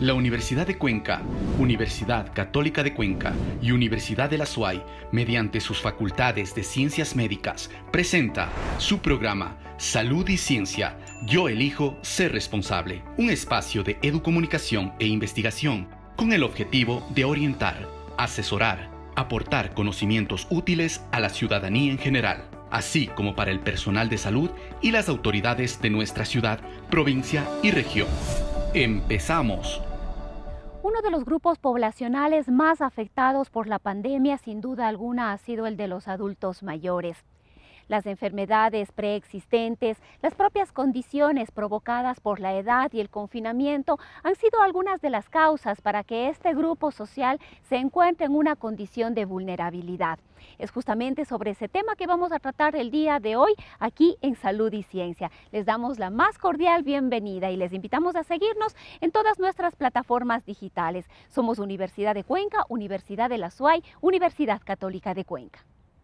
La Universidad de Cuenca, Universidad Católica de Cuenca y Universidad de la SUAY, mediante sus facultades de Ciencias Médicas, presenta su programa Salud y Ciencia, Yo elijo ser responsable, un espacio de educomunicación e investigación con el objetivo de orientar, asesorar, aportar conocimientos útiles a la ciudadanía en general, así como para el personal de salud y las autoridades de nuestra ciudad, provincia y región. ¡Empezamos! Uno de los grupos poblacionales más afectados por la pandemia, sin duda alguna, ha sido el de los adultos mayores. Las enfermedades preexistentes, las propias condiciones provocadas por la edad y el confinamiento han sido algunas de las causas para que este grupo social se encuentre en una condición de vulnerabilidad. Es justamente sobre ese tema que vamos a tratar el día de hoy aquí en Salud y Ciencia. Les damos la más cordial bienvenida y les invitamos a seguirnos en todas nuestras plataformas digitales. Somos Universidad de Cuenca, Universidad de la SUAY, Universidad Católica de Cuenca.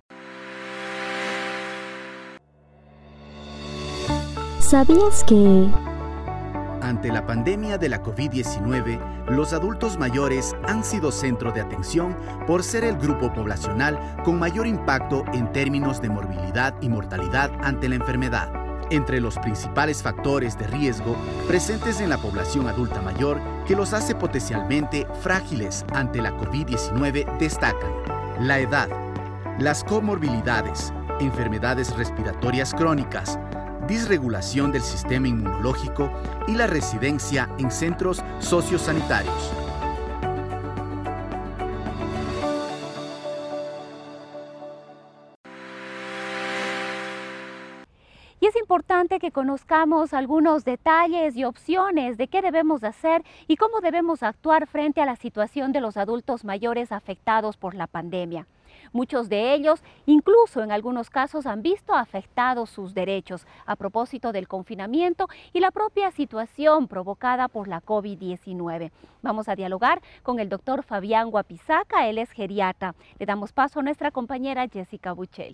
¿Sabías que...? Ante la pandemia de la COVID-19, los adultos mayores han sido centro de atención por ser el grupo poblacional con mayor impacto en términos de morbilidad y mortalidad ante la enfermedad. Entre los principales factores de riesgo presentes en la población adulta mayor que los hace potencialmente frágiles ante la COVID-19 destacan la edad, las comorbilidades, enfermedades respiratorias crónicas, disregulación del sistema inmunológico y la residencia en centros sociosanitarios. Y es importante que conozcamos algunos detalles y opciones de qué debemos hacer y cómo debemos actuar frente a la situación de los adultos mayores afectados por la pandemia. Muchos de ellos, incluso en algunos casos, han visto afectados sus derechos a propósito del confinamiento y la propia situación provocada por la COVID-19. Vamos a dialogar con el doctor Fabián Guapizaca, él es geriatra. Le damos paso a nuestra compañera Jessica Buccelli.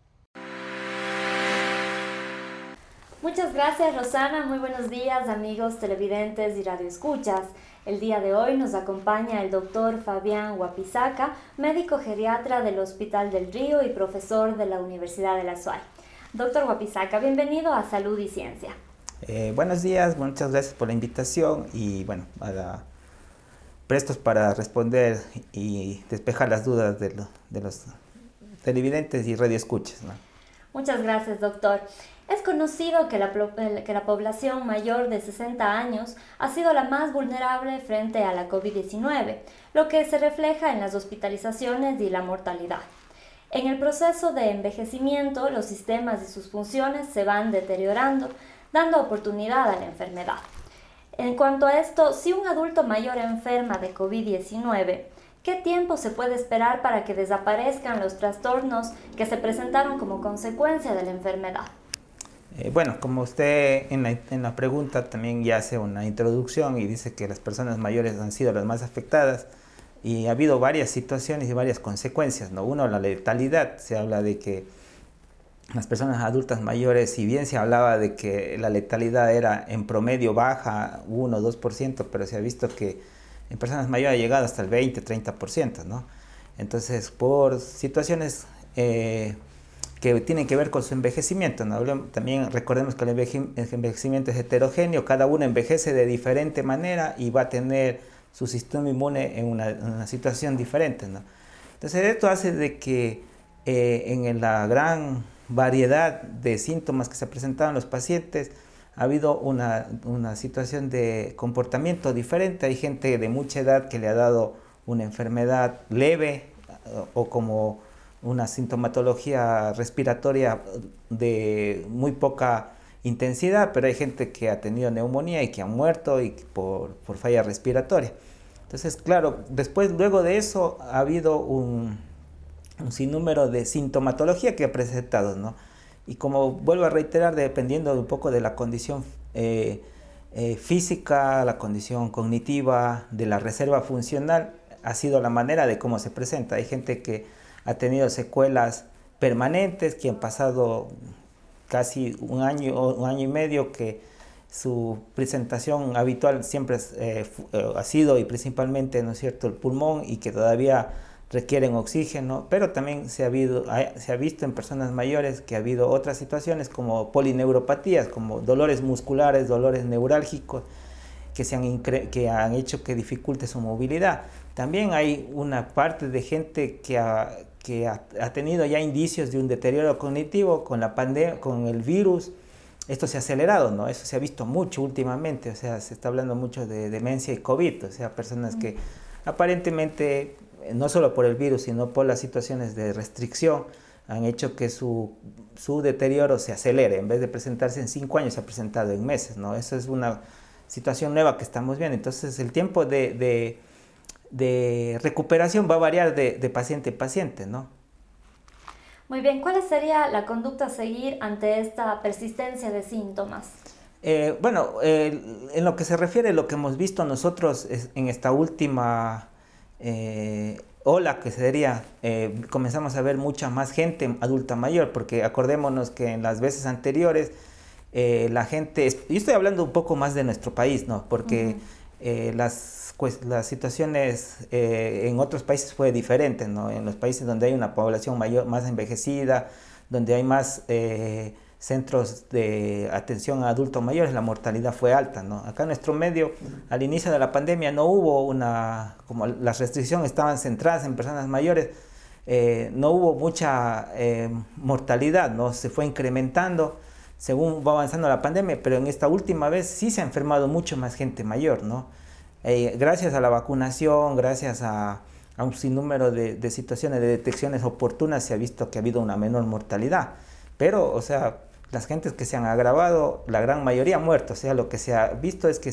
Muchas gracias, Rosana. Muy buenos días, amigos televidentes y radioescuchas. El día de hoy nos acompaña el doctor Fabián Guapizaca, médico geriatra del Hospital del Río y profesor de la Universidad de la SUAY. Doctor Guapizaca, bienvenido a Salud y Ciencia. Buenos días, muchas gracias por la invitación y prestos para responder y despejar las dudas de los televidentes y radioescuchas, ¿no? Muchas gracias, doctor. Es conocido que la población mayor de 60 años ha sido la más vulnerable frente a la COVID-19, lo que se refleja en las hospitalizaciones y la mortalidad. En el proceso de envejecimiento, los sistemas y sus funciones se van deteriorando, dando oportunidad a la enfermedad. En cuanto a esto, si un adulto mayor enferma de COVID-19, ¿qué tiempo se puede esperar para que desaparezcan los trastornos que se presentaron como consecuencia de la enfermedad? Como usted en la pregunta también ya hace una introducción y dice que las personas mayores han sido las más afectadas y ha habido varias situaciones y varias consecuencias, ¿no? Uno, la letalidad. Se habla de que las personas adultas mayores, si bien se hablaba de que la letalidad era en promedio baja, 1 o 2%, pero se ha visto que en personas mayores ha llegado hasta el 20-30%, ¿no? Entonces, por situaciones que tienen que ver con su envejecimiento, ¿no? También recordemos que el envejecimiento es heterogéneo, cada uno envejece de diferente manera y va a tener su sistema inmune en una situación diferente, ¿no? Entonces esto hace de que en la gran variedad de síntomas que se presentaban en los pacientes ha habido una situación de comportamiento diferente. Hay gente de mucha edad que le ha dado una enfermedad leve o como una sintomatología respiratoria de muy poca intensidad, pero hay gente que ha tenido neumonía y que ha muerto y por falla respiratoria. Entonces, claro, luego de eso ha habido un sinnúmero de sintomatología que ha presentado, ¿no? Y como vuelvo a reiterar, dependiendo un poco de la condición física, la condición cognitiva, de la reserva funcional, ha sido la manera de cómo se presenta. Hay gente que ha tenido secuelas permanentes, que han pasado casi un año y medio, que su presentación habitual siempre ha sido y principalmente, ¿no es cierto?, el pulmón, y que todavía requieren oxígeno, pero también se ha visto en personas mayores que ha habido otras situaciones como polineuropatías, como dolores musculares, dolores neurálgicos, que han hecho que dificulte su movilidad. También hay una parte de gente que ha tenido ya indicios de un deterioro cognitivo con la pandemia, con el virus. Esto se ha acelerado, ¿no? Eso se ha visto mucho últimamente, o sea, se está hablando mucho de demencia y COVID, o sea, personas que aparentemente, no solo por el virus, sino por las situaciones de restricción, han hecho que su deterioro se acelere. En vez de presentarse en 5 años, se ha presentado en meses, ¿no? Eso es una situación nueva que estamos viendo. Entonces, el tiempo de recuperación va a variar de paciente a paciente, ¿no? Muy bien, ¿cuál sería la conducta a seguir ante esta persistencia de síntomas? En lo que se refiere a lo que hemos visto nosotros en esta última ola, que sería, comenzamos a ver mucha más gente adulta mayor, porque acordémonos que en las veces anteriores la gente, yo estoy hablando un poco más de nuestro país, ¿no? Porque las situaciones en otros países fue diferente, ¿no? En los países donde hay una población mayor, más envejecida, donde hay más centros de atención a adultos mayores, la mortalidad fue alta, ¿no? Acá en nuestro medio, al inicio de la pandemia, no hubo como las restricciones estaban centradas en personas mayores, no hubo mucha mortalidad, ¿no? Se fue incrementando según va avanzando la pandemia, pero en esta última vez sí se ha enfermado mucho más gente mayor, ¿no? Gracias a la vacunación, gracias a un sinnúmero de situaciones, de detecciones oportunas, se ha visto que ha habido una menor mortalidad. Pero, o sea, las gentes que se han agravado, la gran mayoría han muerto. O sea, lo que se ha visto es que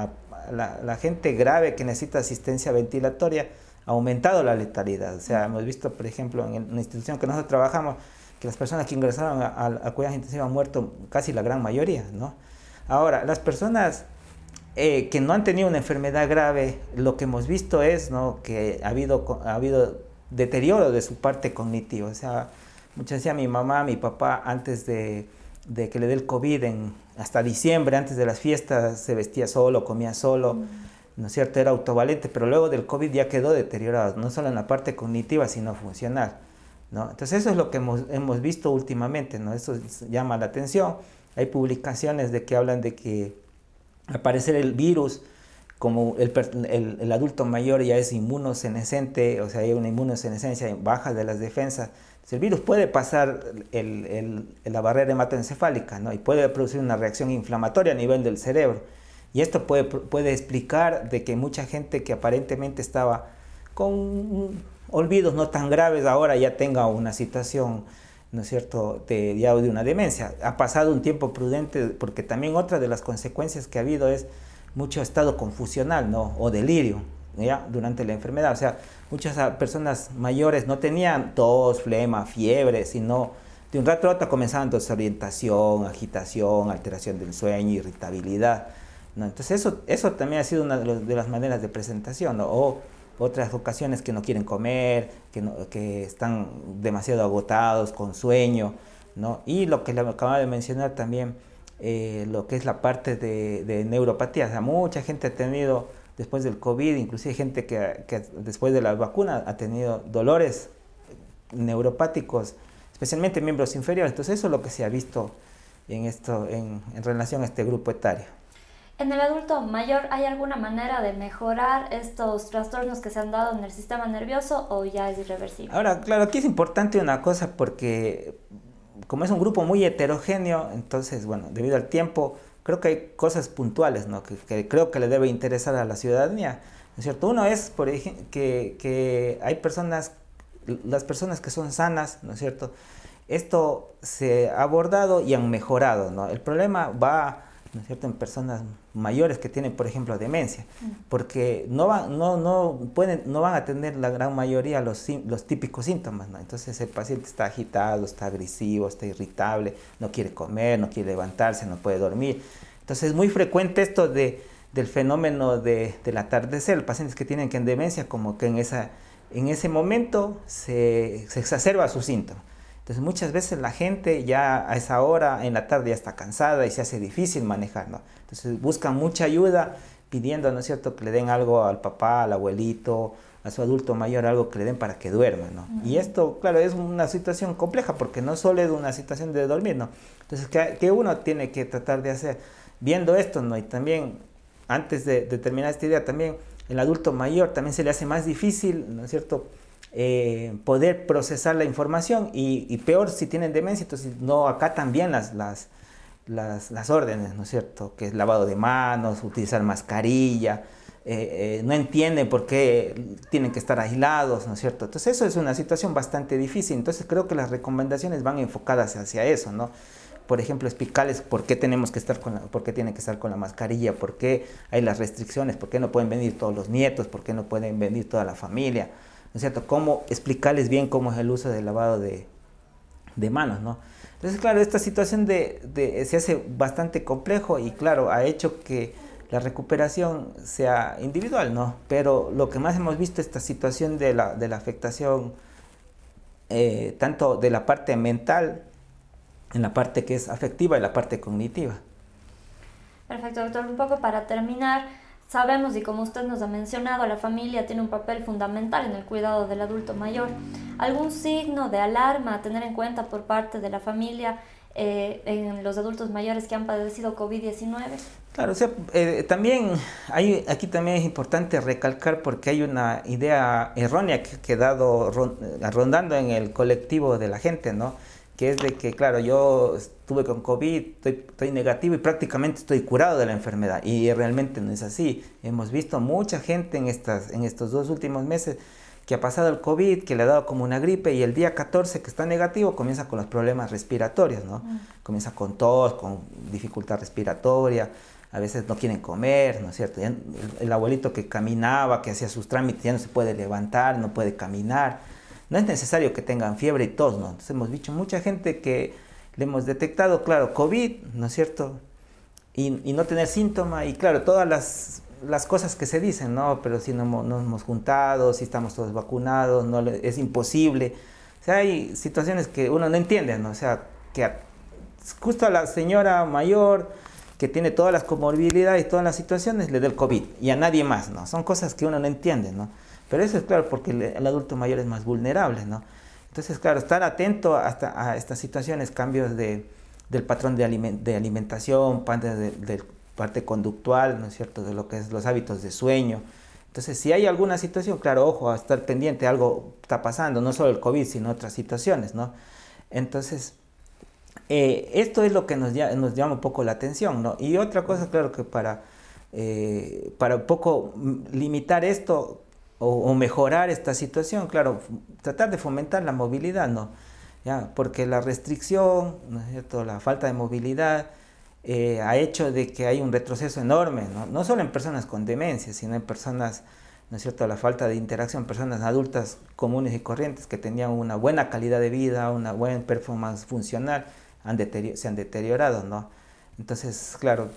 la gente grave que necesita asistencia ventilatoria ha aumentado la letalidad. O sea, hemos visto, por ejemplo, en la institución que nosotros trabajamos, que las personas que ingresaron a cuidados intensivos han muerto casi la gran mayoría, ¿no? Ahora, las personas que no han tenido una enfermedad grave, lo que hemos visto es, ¿no?, que ha habido deterioro de su parte cognitiva. O sea, muchas decían mi mamá, mi papá, antes de que le dé el COVID, hasta diciembre, antes de las fiestas, se vestía solo, comía solo, ¿no es cierto? Era autovalente, pero luego del COVID ya quedó deteriorado, no solo en la parte cognitiva, sino funcional, ¿no? Entonces eso es lo que hemos visto últimamente, ¿no? Eso llama la atención. Hay publicaciones de que hablan de que al parecer el virus, como el adulto mayor ya es inmunosenescente, o sea, hay una inmunosenescencia baja de las defensas, entonces el virus puede pasar la barrera hematoencefálica, ¿no? Y puede producir una reacción inflamatoria a nivel del cerebro. Y esto puede explicar de que mucha gente que aparentemente estaba con olvidos no tan graves ahora ya tenga una situación, ¿no es cierto?, ya de una demencia. Ha pasado un tiempo prudente, porque también otra de las consecuencias que ha habido es mucho estado confusional, ¿no?, o delirio, ¿ya?, durante la enfermedad. O sea, muchas personas mayores no tenían tos, flema, fiebre, sino de un rato a otro comenzaban desorientación, agitación, alteración del sueño, irritabilidad, ¿no? Entonces eso también ha sido una de las maneras de presentación, ¿no? O otras ocasiones que no quieren comer, que están demasiado agotados, con sueño, ¿no? Y lo que le acababa de mencionar también, lo que es la parte de neuropatía. O sea, mucha gente ha tenido, después del COVID, inclusive gente que después de la vacuna ha tenido dolores neuropáticos, especialmente en miembros inferiores. Entonces eso es lo que se ha visto en relación a este grupo etario. ¿En el adulto mayor hay alguna manera de mejorar estos trastornos que se han dado en el sistema nervioso o ya es irreversible? Ahora, claro, aquí es importante una cosa, porque como es un grupo muy heterogéneo, entonces, bueno, debido al tiempo, creo que hay cosas puntuales, ¿no?, que creo que le debe interesar a la ciudadanía, ¿no es cierto? Uno es, por ejemplo, que hay las personas que son sanas, ¿no es cierto? Esto se ha abordado y han mejorado, ¿no? El problema va, ¿no es cierto?, en personas mayores que tienen, por ejemplo, demencia, porque no van a tener la gran mayoría los típicos síntomas, ¿no? Entonces el paciente está agitado, está agresivo, está irritable, no quiere comer, no quiere levantarse, no puede dormir. Entonces es muy frecuente esto del fenómeno del atardecer. Pacientes que tienen demencia, como que en ese momento se exacerba su síntoma. Entonces muchas veces la gente ya a esa hora, en la tarde, ya está cansada y se hace difícil manejar, ¿no? Entonces buscan mucha ayuda pidiendo, ¿no es cierto?, que le den algo al papá, al abuelito, a su adulto mayor, algo que le den para que duerma, ¿no? Y esto, claro, es una situación compleja porque no solo es una situación de dormir, ¿no? Entonces, ¿qué uno tiene que tratar de hacer? Viendo esto, ¿no? Y también, antes de terminar esta idea, también el adulto mayor también se le hace más difícil, ¿no es cierto?, poder procesar la información y peor si tienen demencia, entonces no acatan bien las órdenes, ¿no es cierto?, que es lavado de manos, utilizar mascarilla, no entienden por qué tienen que estar aislados, ¿no es cierto? Entonces eso es una situación bastante difícil. Entonces creo que las recomendaciones van enfocadas hacia eso, ¿no? Por ejemplo, explicarles por qué tenemos que estar por qué tienen que estar con la mascarilla, por qué hay las restricciones, por qué no pueden venir todos los nietos, por qué no pueden venir toda la familia, ¿no es cierto? Cómo explicarles bien cómo es el uso del lavado de manos, ¿no? Entonces, claro, esta situación se hace bastante complejo y, claro, ha hecho que la recuperación sea individual, ¿no? Pero lo que más hemos visto es esta situación de la afectación, tanto de la parte mental, en la parte que es afectiva y la parte cognitiva. Perfecto, doctor. Un poco para terminar, sabemos, y como usted nos ha mencionado, la familia tiene un papel fundamental en el cuidado del adulto mayor. ¿Algún signo de alarma a tener en cuenta por parte de la familia en los adultos mayores que han padecido COVID-19? Claro, o sea, también aquí también es importante recalcar porque hay una idea errónea que ha quedado rondando en el colectivo de la gente, ¿no? Que es de que, claro, yo estuve con COVID, estoy negativo y prácticamente estoy curado de la enfermedad. Y realmente no es así. Hemos visto mucha gente en estos 2 últimos meses que ha pasado el COVID, que le ha dado como una gripe y el día 14 que está negativo comienza con los problemas respiratorios, ¿no? Comienza con tos, con dificultad respiratoria, a veces no quieren comer, ¿no es cierto? Ya el abuelito que caminaba, que hacía sus trámites, ya no se puede levantar, no puede caminar. No es necesario que tengan fiebre y tos, ¿no? Entonces hemos visto mucha gente que le hemos detectado, claro, COVID, ¿no es cierto? Y no tener síntoma y, claro, todas las cosas que se dicen, ¿no? Pero si no nos hemos juntado, si estamos todos vacunados, es imposible. O sea, hay situaciones que uno no entiende, ¿no? O sea, que justo a la señora mayor que tiene todas las comorbilidades y todas las situaciones le da el COVID y a nadie más, ¿no? Son cosas que uno no entiende, ¿no? Pero eso es claro porque el adulto mayor es más vulnerable, ¿no? Entonces, claro, estar atento a estas situaciones, cambios del patrón de alimentación, parte conductual, ¿no es cierto?, de lo que es los hábitos de sueño. Entonces, si hay alguna situación, claro, ojo, a estar pendiente, algo está pasando, no solo el COVID, sino otras situaciones, ¿no? Entonces, esto es lo que nos llama un poco la atención, ¿no? Y otra cosa, claro, que para un poco limitar esto o mejorar esta situación, claro, tratar de fomentar la movilidad, ¿no? ¿Ya? Porque la restricción, ¿no es cierto?, la falta de movilidad ha hecho de que hay un retroceso enorme, ¿no? No solo en personas con demencia, sino en personas, ¿no es cierto?, la falta de interacción, personas adultas comunes y corrientes que tenían una buena calidad de vida, una buena performance funcional, se han deteriorado, ¿no? Entonces, claro,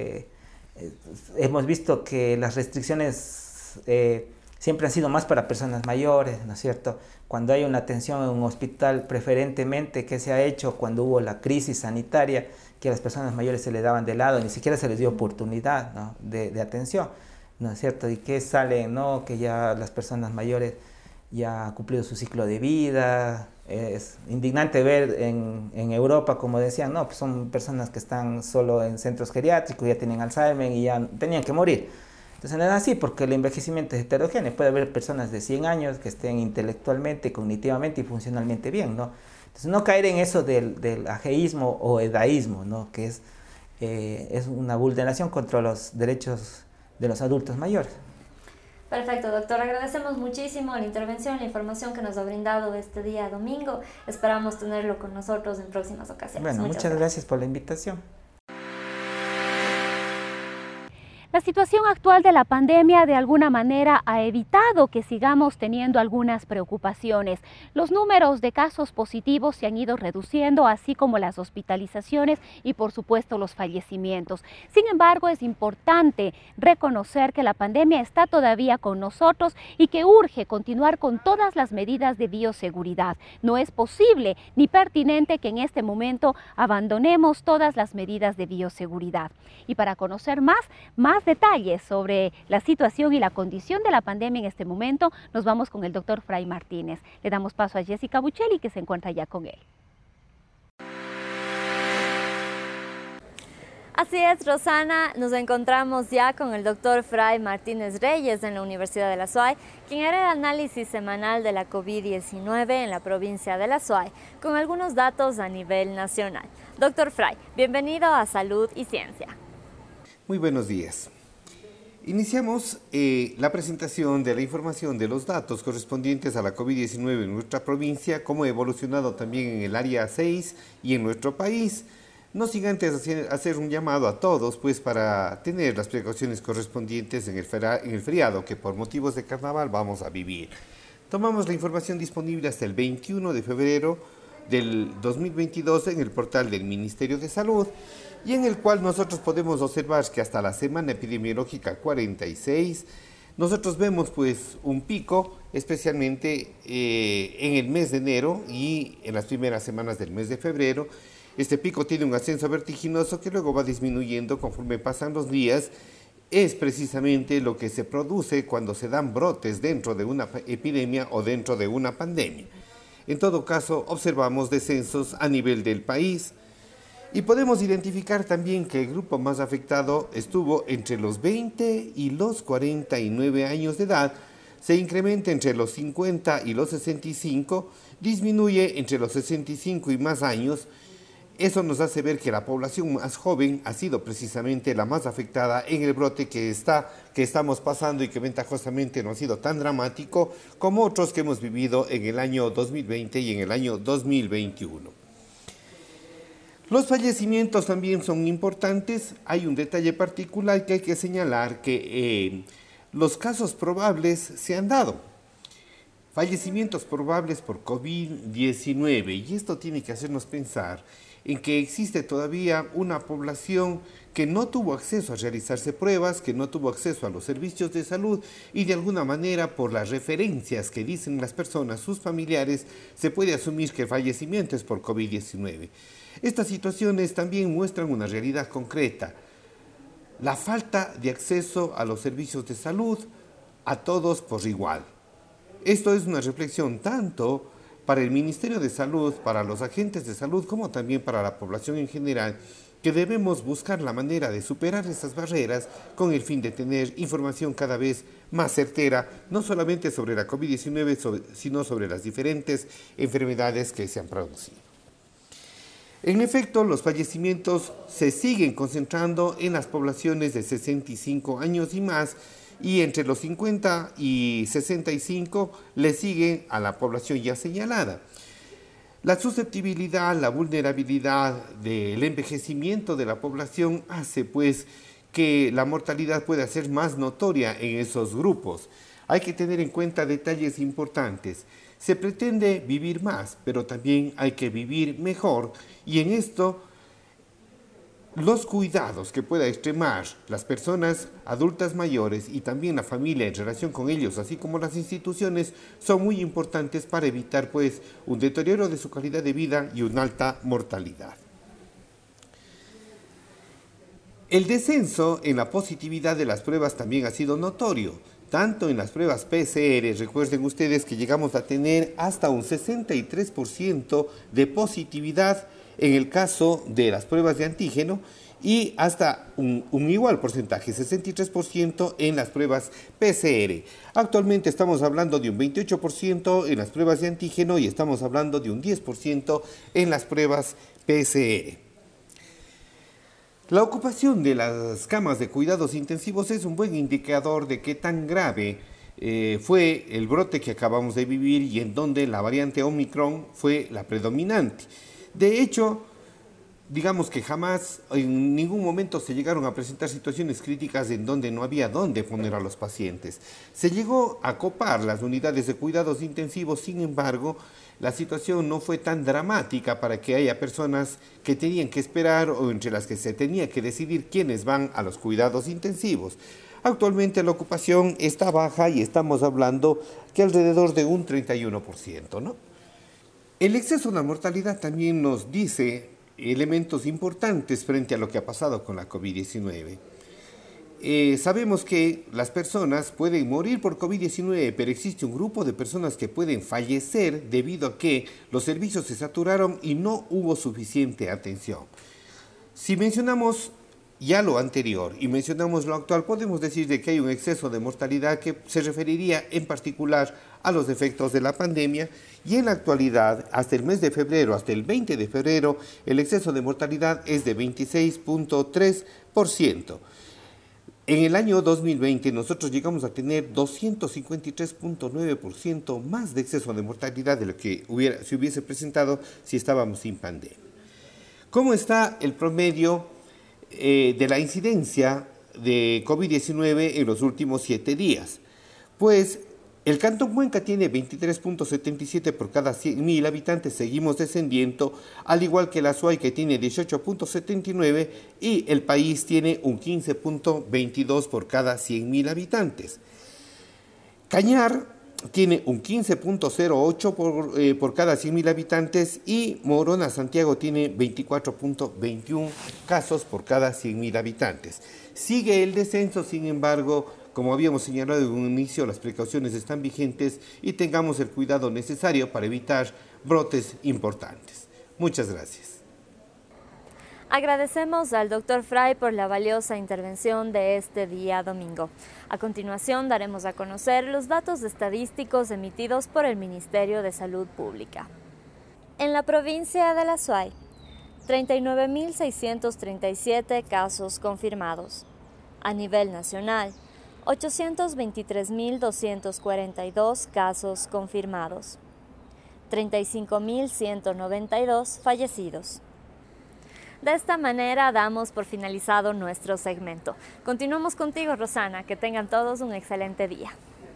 hemos visto que las restricciones siempre han sido más para personas mayores, ¿no es cierto? Cuando hay una atención en un hospital, preferentemente, ¿qué se ha hecho cuando hubo la crisis sanitaria? Que a las personas mayores se les daban de lado, ni siquiera se les dio oportunidad, ¿no?, de atención, ¿no es cierto? Y que sale, ¿no?, que ya las personas mayores ya han cumplido su ciclo de vida. Es indignante ver en Europa, como decían, no, pues son personas que están solo en centros geriátricos, ya tienen Alzheimer y ya tenían que morir. Entonces no es así, porque el envejecimiento es heterogéneo. Puede haber personas de 100 años que estén intelectualmente, cognitivamente y funcionalmente bien, ¿no? Entonces no caer en eso del ajeísmo o edaísmo, ¿no?, que es una vulneración contra los derechos de los adultos mayores. Perfecto, doctor. Agradecemos muchísimo la intervención, la información que nos ha brindado este día domingo. Esperamos tenerlo con nosotros en próximas ocasiones. Bueno, muchas gracias por la invitación. La situación actual de la pandemia de alguna manera ha evitado que sigamos teniendo algunas preocupaciones. Los números de casos positivos se han ido reduciendo, así como las hospitalizaciones y por supuesto los fallecimientos. Sin embargo, es importante reconocer que la pandemia está todavía con nosotros y que urge continuar con todas las medidas de bioseguridad. No es posible ni pertinente que en este momento abandonemos todas las medidas de bioseguridad. Y para conocer más detalles sobre la situación y la condición de la pandemia en este momento, nos vamos con el doctor Fray Martínez. Le damos paso a Jessica Buccelli, que se encuentra ya con él. Así es, Rosana, nos encontramos ya con el doctor Fray Martínez Reyes en la Universidad de la SUAY, quien hará el análisis semanal de la COVID-19 en la provincia de la SUAY, con algunos datos a nivel nacional. Doctor Fray, bienvenido a Salud y Ciencia. Muy buenos días. Iniciamos la presentación de la información de los datos correspondientes a la COVID-19 en nuestra provincia, cómo ha evolucionado también en el área 6 y en nuestro país. No sin antes hacer un llamado a todos, pues para tener las precauciones correspondientes en el feriado que por motivos de carnaval vamos a vivir. Tomamos la información disponible hasta el 21 de febrero del 2022 en el portal del Ministerio de Salud, y en el cual nosotros podemos observar que hasta la semana epidemiológica 46, nosotros vemos pues un pico, especialmente en el mes de enero y en las primeras semanas del mes de febrero. Este pico tiene un ascenso vertiginoso que luego va disminuyendo conforme pasan los días. Es precisamente lo que se produce cuando se dan brotes dentro de una epidemia o dentro de una pandemia. En todo caso, observamos descensos a nivel del país. Y podemos identificar también que el grupo más afectado estuvo entre los 20 y los 49 años de edad, se incrementa entre los 50 y los 65, disminuye entre los 65 y más años. Eso nos hace ver que la población más joven ha sido precisamente la más afectada en el brote que estamos pasando y que ventajosamente no ha sido tan dramático como otros que hemos vivido en el año 2020 y en el año 2021. Los fallecimientos también son importantes. Hay un detalle particular que hay que señalar, que los casos probables se han dado. Fallecimientos probables por COVID-19, y esto tiene que hacernos pensar en que existe todavía una población que no tuvo acceso a realizarse pruebas, que no tuvo acceso a los servicios de salud y de alguna manera por las referencias que dicen las personas, sus familiares, se puede asumir que el fallecimiento es por COVID-19. Estas situaciones también muestran una realidad concreta, la falta de acceso a los servicios de salud a todos por igual. Esto es una reflexión tanto para el Ministerio de Salud, para los agentes de salud, como también para la población en general, que debemos buscar la manera de superar esas barreras con el fin de tener información cada vez más certera, no solamente sobre la COVID-19, sino sobre las diferentes enfermedades que se han producido. En efecto, los fallecimientos se siguen concentrando en las poblaciones de 65 años y más, y entre los 50 y 65 le siguen a la población ya señalada. La susceptibilidad, la vulnerabilidad del envejecimiento de la población hace pues que la mortalidad pueda ser más notoria en esos grupos. Hay que tener en cuenta detalles importantes. Se pretende vivir más, pero también hay que vivir mejor, y en esto los cuidados que pueda extremar las personas adultas mayores y también la familia en relación con ellos, así como las instituciones, son muy importantes para evitar pues un deterioro de su calidad de vida y una alta mortalidad. El descenso en la positividad de las pruebas también ha sido notorio, tanto en las pruebas PCR. Recuerden ustedes que llegamos a tener hasta un 63% de positividad en el caso de las pruebas de antígeno y hasta un igual porcentaje, 63% en las pruebas PCR. Actualmente estamos hablando de un 28% en las pruebas de antígeno y estamos hablando de un 10% en las pruebas PCR. La ocupación de las camas de cuidados intensivos es un buen indicador de qué tan grave fue el brote que acabamos de vivir y en donde la variante Omicron fue la predominante. De hecho, digamos que jamás, en ningún momento se llegaron a presentar situaciones críticas en donde no había dónde poner a los pacientes. Se llegó a copar las unidades de cuidados intensivos, sin embargo, la situación no fue tan dramática para que haya personas que tenían que esperar o entre las que se tenía que decidir quiénes van a los cuidados intensivos. Actualmente la ocupación está baja y estamos hablando que alrededor de un 31%, ¿no? El exceso de mortalidad también nos dice elementos importantes frente a lo que ha pasado con la COVID-19. Sabemos que las personas pueden morir por COVID-19, pero existe un grupo de personas que pueden fallecer debido a que los servicios se saturaron y no hubo suficiente atención. Si mencionamos ya lo anterior y mencionamos lo actual, podemos decir de que hay un exceso de mortalidad que se referiría en particular a los efectos de la pandemia, y en la actualidad, hasta el mes de febrero, hasta el 20 de febrero, el exceso de mortalidad es de 26.3%. En el año 2020 nosotros llegamos a tener 253.9% más de exceso de mortalidad de lo que se hubiese presentado si estábamos sin pandemia. ¿Cómo está el promedio de la incidencia de COVID-19 en los últimos 7 días? Pues el Cantón Cuenca tiene 23.77 por cada 100.000 habitantes, seguimos descendiendo, al igual que la Azuay, que tiene 18.79, y el país tiene un 15.22 por cada 100.000 habitantes. Cañar tiene un 15.08 por cada 100.000 habitantes y Morona Santiago tiene 24.21 casos por cada 100.000 habitantes. Sigue el descenso, sin embargo, como habíamos señalado en un inicio, las precauciones están vigentes y tengamos el cuidado necesario para evitar brotes importantes. Muchas gracias. Agradecemos al Dr. Fray por la valiosa intervención de este día domingo. A continuación daremos a conocer los datos estadísticos emitidos por el Ministerio de Salud Pública. En la provincia de La Azuay, 39.637 casos confirmados. A nivel nacional, 823.242 casos confirmados. 35.192 fallecidos. De esta manera damos por finalizado nuestro segmento. Continuamos contigo, Rosana. Que tengan todos un excelente día.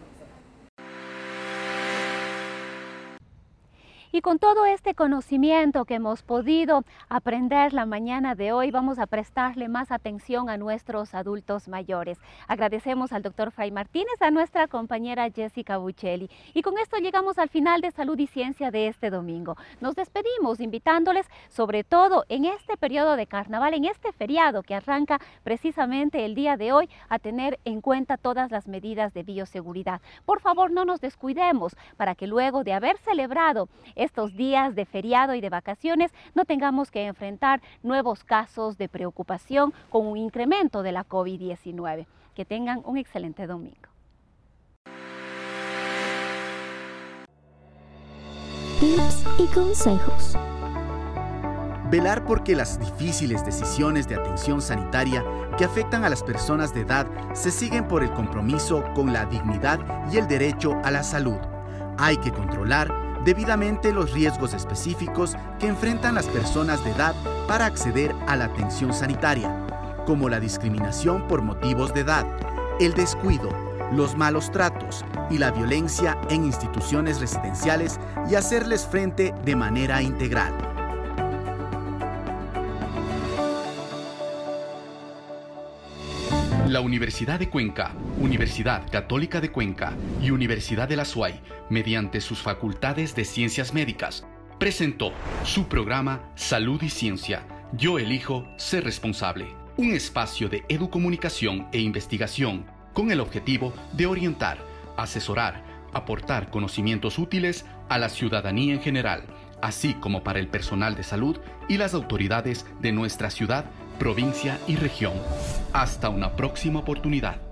Y con todo este conocimiento que hemos podido aprender la mañana de hoy, vamos a prestarle más atención a nuestros adultos mayores. Agradecemos al doctor Fray Martínez, a nuestra compañera Jessica Buccelli. Y con esto llegamos al final de Salud y Ciencia de este domingo. Nos despedimos invitándoles, sobre todo en este periodo de carnaval, en este feriado que arranca precisamente el día de hoy, a tener en cuenta todas las medidas de bioseguridad. Por favor, no nos descuidemos para que luego de haber celebrado estos días de feriado y de vacaciones no tengamos que enfrentar nuevos casos de preocupación con un incremento de la COVID-19. Que tengan un excelente domingo. Tips y consejos. Velar porque las difíciles decisiones de atención sanitaria que afectan a las personas de edad se siguen por el compromiso con la dignidad y el derecho a la salud. Hay que controlar debidamente los riesgos específicos que enfrentan las personas de edad para acceder a la atención sanitaria, como la discriminación por motivos de edad, el descuido, los malos tratos y la violencia en instituciones residenciales, y hacerles frente de manera integral. La Universidad de Cuenca, Universidad Católica de Cuenca y Universidad de la Azuay, mediante sus facultades de Ciencias Médicas, presentó su programa Salud y Ciencia. Yo elijo ser responsable. Un espacio de educomunicación e investigación con el objetivo de orientar, asesorar, aportar conocimientos útiles a la ciudadanía en general, así como para el personal de salud y las autoridades de nuestra ciudad, provincia y región. Hasta una próxima oportunidad.